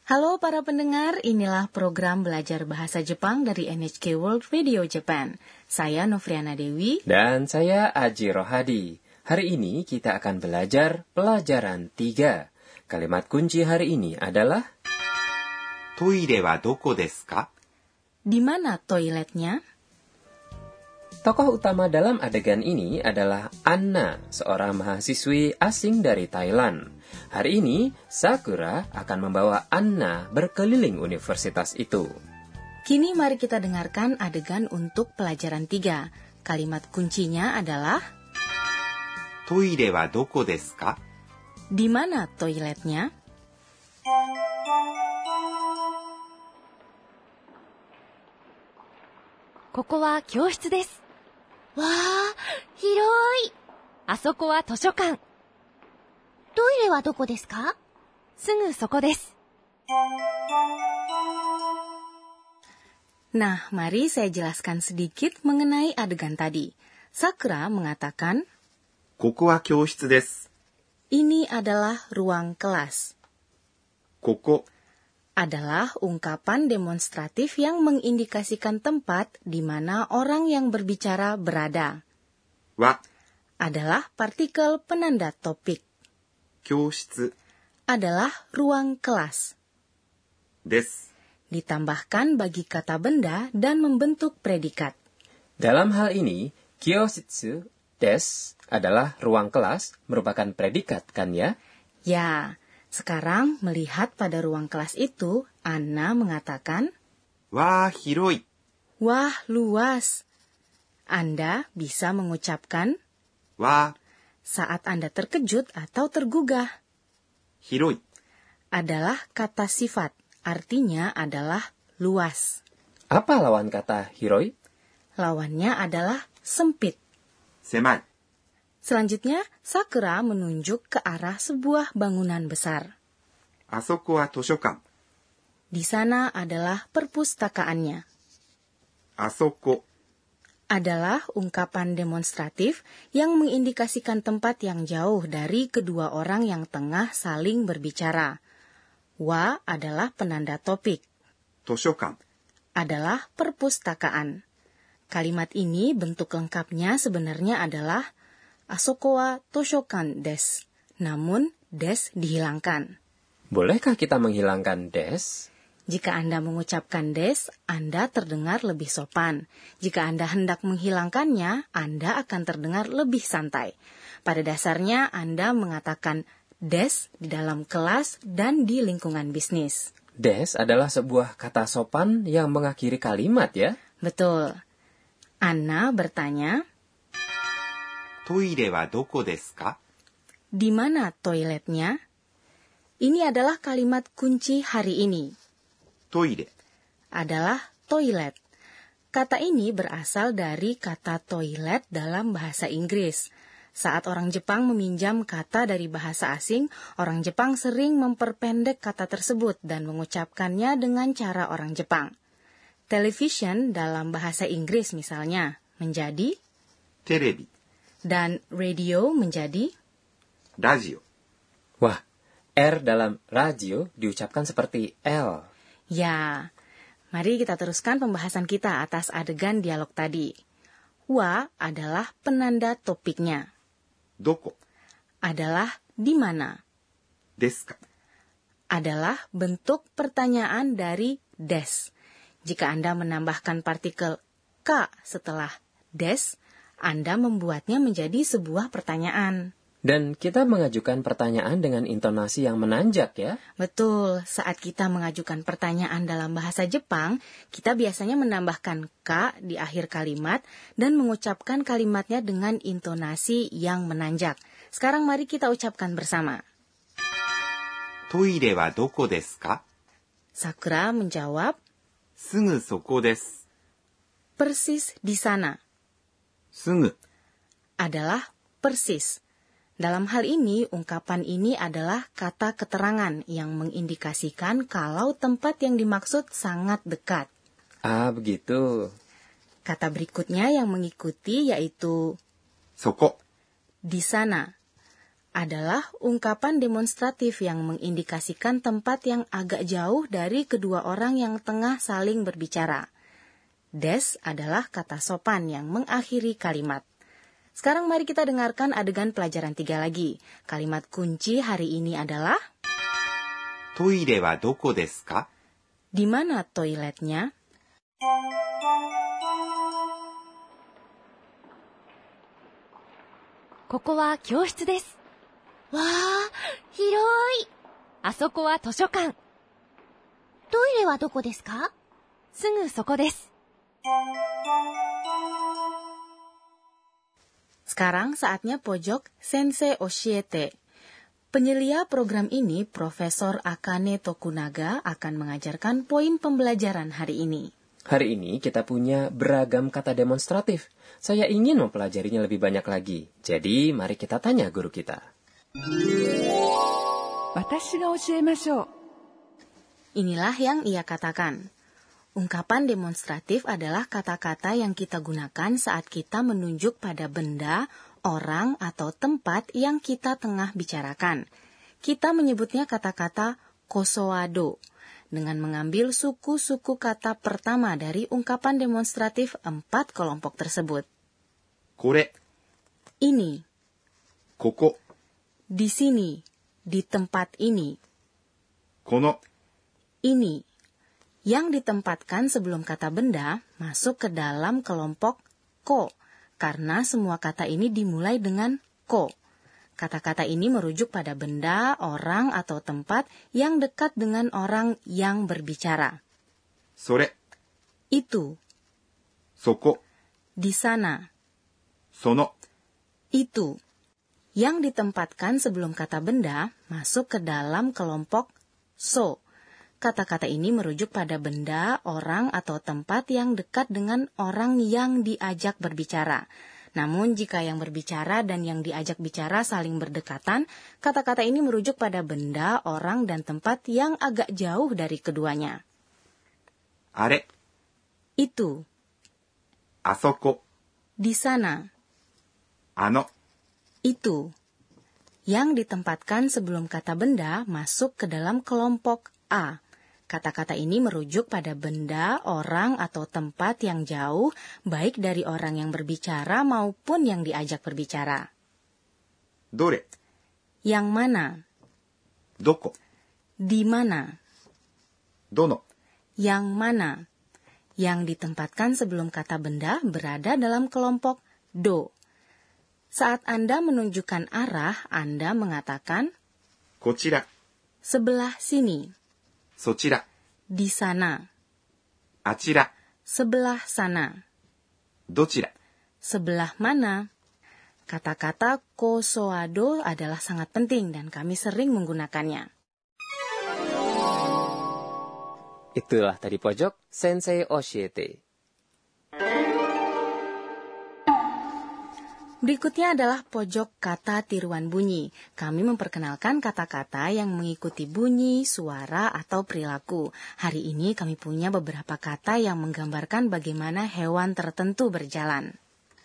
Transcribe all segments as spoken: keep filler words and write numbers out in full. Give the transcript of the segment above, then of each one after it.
Halo para pendengar, inilah program belajar bahasa Jepang dari N H K World Radio Japan. Saya Novriana Dewi. Dan saya Aji Rohadi. Hari ini kita akan belajar pelajaran tiga. Kalimat kunci hari ini adalah Toire wa doko desu ka? Di mana toiletnya? Tokoh utama dalam adegan ini adalah Anna, seorang mahasiswi asing dari Thailand. Hari ini, Sakura akan membawa Anna berkeliling universitas itu. Kini mari kita dengarkan adegan untuk pelajaran tiga. Kalimat kuncinya adalah Toire wa doko desu ka? Di mana toiletnya? Koko wa kyoushitsu desu. Wah, hiroi. あそこは図書館。トイレはどこですか？すぐそこです。 Nah, mari saya jelaskan sedikit mengenai adegan tadi. Sakura mengatakan, ここは教室です。 ini adalah ruang kelas. ここ adalah ungkapan demonstratif yang mengindikasikan tempat di mana orang yang berbicara berada. は adalah partikel penanda topik. 教室 adalah ruang kelas. です。 ditambahkan bagi kata benda dan membentuk predikat. Dalam hal ini, kyoshitsu des adalah ruang kelas merupakan predikat, kan ya? Ya, sekarang melihat pada ruang kelas itu, Anna mengatakan, Wah, hiroi. Wah, luas. Anda bisa mengucapkan Wah, saat Anda terkejut atau tergugah. Hiroi adalah kata sifat, artinya adalah luas. Apa lawan kata hiroi? Lawannya adalah sempit. Semai. Selanjutnya, Sakura menunjuk ke arah sebuah bangunan besar. Asoko wa toshokan. Di sana adalah perpustakaannya. Asoko adalah ungkapan demonstratif yang mengindikasikan tempat yang jauh dari kedua orang yang tengah saling berbicara. Wa adalah penanda topik. Toshokan adalah perpustakaan. Kalimat ini bentuk lengkapnya sebenarnya adalah Asoko wa toshokan desu. Namun des dihilangkan. Bolehkah kita menghilangkan des? Jika Anda mengucapkan des, Anda terdengar lebih sopan. Jika Anda hendak menghilangkannya, Anda akan terdengar lebih santai. Pada dasarnya, Anda mengatakan des di dalam kelas dan di lingkungan bisnis. Des adalah sebuah kata sopan yang mengakhiri kalimat, ya? Betul. Anna bertanya, Toire wa doko desu ka? Di mana toiletnya? Ini adalah kalimat kunci hari ini. Toire adalah toilet. Kata ini berasal dari kata toilet dalam bahasa Inggris. Saat orang Jepang meminjam kata dari bahasa asing, orang Jepang sering memperpendek kata tersebut dan mengucapkannya dengan cara orang Jepang. Television dalam bahasa Inggris misalnya menjadi terebi dan radio menjadi radio. Wah, R dalam radio diucapkan seperti L. Ya, mari kita teruskan pembahasan kita atas adegan dialog tadi. Wa adalah penanda topiknya. Doko adalah di mana. Desu ka adalah bentuk pertanyaan dari des. Jika Anda menambahkan partikel ka setelah des, Anda membuatnya menjadi sebuah pertanyaan. Dan kita mengajukan pertanyaan dengan intonasi yang menanjak, ya? Betul, saat kita mengajukan pertanyaan dalam bahasa Jepang, kita biasanya menambahkan ka di akhir kalimat dan mengucapkan kalimatnya dengan intonasi yang menanjak. Sekarang mari kita ucapkan bersama. Toire wa doko desu ka? Sakura menjawab, Sugu soko desu. Persis di sana. Sugu adalah persis. Dalam hal ini, ungkapan ini adalah kata keterangan yang mengindikasikan kalau tempat yang dimaksud sangat dekat. Ah, begitu. Kata berikutnya yang mengikuti yaitu soko. Di sana adalah ungkapan demonstratif yang mengindikasikan tempat yang agak jauh dari kedua orang yang tengah saling berbicara. Des adalah kata sopan yang mengakhiri kalimat. Sekarang mari kita dengarkan adegan pelajaran tiga lagi. Kalimat kunci hari ini adalah トイレはどこですか? Di mana toiletnya? Koko wa kyoshitsu desu. Wah, hiroi. あそこは図書館。トイレはどこですか? すぐそこです。 Sekarang saatnya pojok Sensei Oshiete. Penyelia program ini, Profesor Akane Tokunaga, akan mengajarkan poin pembelajaran hari ini. Hari ini kita punya beragam kata demonstratif. Saya ingin mempelajarinya lebih banyak lagi. Jadi, mari kita tanya guru kita. Inilah yang ia katakan. Ungkapan demonstratif adalah kata-kata yang kita gunakan saat kita menunjuk pada benda, orang, atau tempat yang kita tengah bicarakan. Kita menyebutnya kata-kata kosoado, dengan mengambil suku-suku kata pertama dari ungkapan demonstratif empat kelompok tersebut. Kore. Ini. Koko. Di sini. Di tempat ini. Kono. Ini. Yang ditempatkan sebelum kata benda masuk ke dalam kelompok ko, karena semua kata ini dimulai dengan ko. Kata-kata ini merujuk pada benda, orang, atau tempat yang dekat dengan orang yang berbicara. Sore. Itu. Soko. Di sana. Sono. Itu. Yang ditempatkan sebelum kata benda masuk ke dalam kelompok so. Kata-kata ini merujuk pada benda, orang, atau tempat yang dekat dengan orang yang diajak berbicara. Namun, jika yang berbicara dan yang diajak bicara saling berdekatan, kata-kata ini merujuk pada benda, orang, dan tempat yang agak jauh dari keduanya. Are. Itu. Asoko. Di sana. Ano. Itu. Yang ditempatkan sebelum kata benda masuk ke dalam kelompok A. Kata-kata ini merujuk pada benda, orang, atau tempat yang jauh, baik dari orang yang berbicara maupun yang diajak berbicara. Dore. Yang mana? Doko. Di mana? Dono. Yang mana? Yang ditempatkan sebelum kata benda berada dalam kelompok do. Saat Anda menunjukkan arah, Anda mengatakan Kochira. sebelah sini. Sochira. Di sana. Achira. Sebelah sana. Dochira. Sebelah mana? Kata-kata kosoado adalah sangat penting dan kami sering menggunakannya. Itulah tadi pojok Sensei Oshiete. Berikutnya adalah pojok kata tiruan bunyi. Kami memperkenalkan kata-kata yang mengikuti bunyi, suara, atau perilaku. Hari ini kami punya beberapa kata yang menggambarkan bagaimana hewan tertentu berjalan.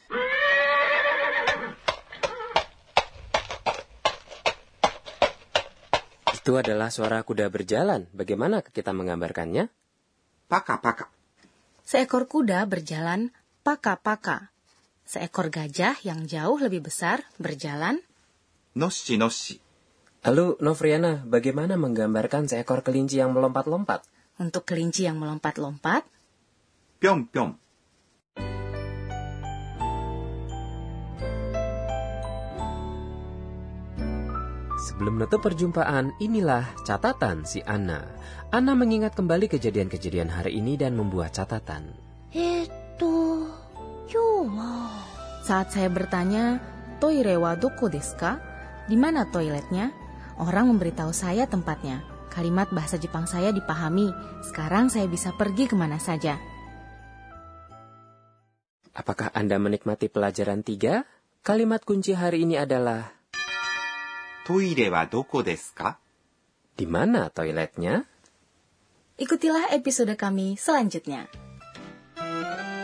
Itu adalah suara kuda berjalan. Bagaimana kita menggambarkannya? Paka-paka. Seekor kuda berjalan paka-paka. Seekor gajah yang jauh lebih besar berjalan Noshi-noshi. Lalu, Novriana, bagaimana menggambarkan seekor kelinci yang melompat-lompat? Untuk kelinci yang melompat-lompat, Pion-pion. Sebelum menutup perjumpaan, inilah catatan si Anna. Anna mengingat kembali kejadian-kejadian hari ini dan membuat catatan. Eto, kyou saat saya bertanya, toire wa doko desu ka? Di mana toiletnya? Orang memberitahu saya tempatnya. Kalimat bahasa Jepang saya dipahami. Sekarang saya bisa pergi kemana saja. Apakah Anda menikmati pelajaran tiga? Kalimat kunci hari ini adalah Toire wa doko desu ka? Di mana toiletnya? Ikutilah episode kami selanjutnya.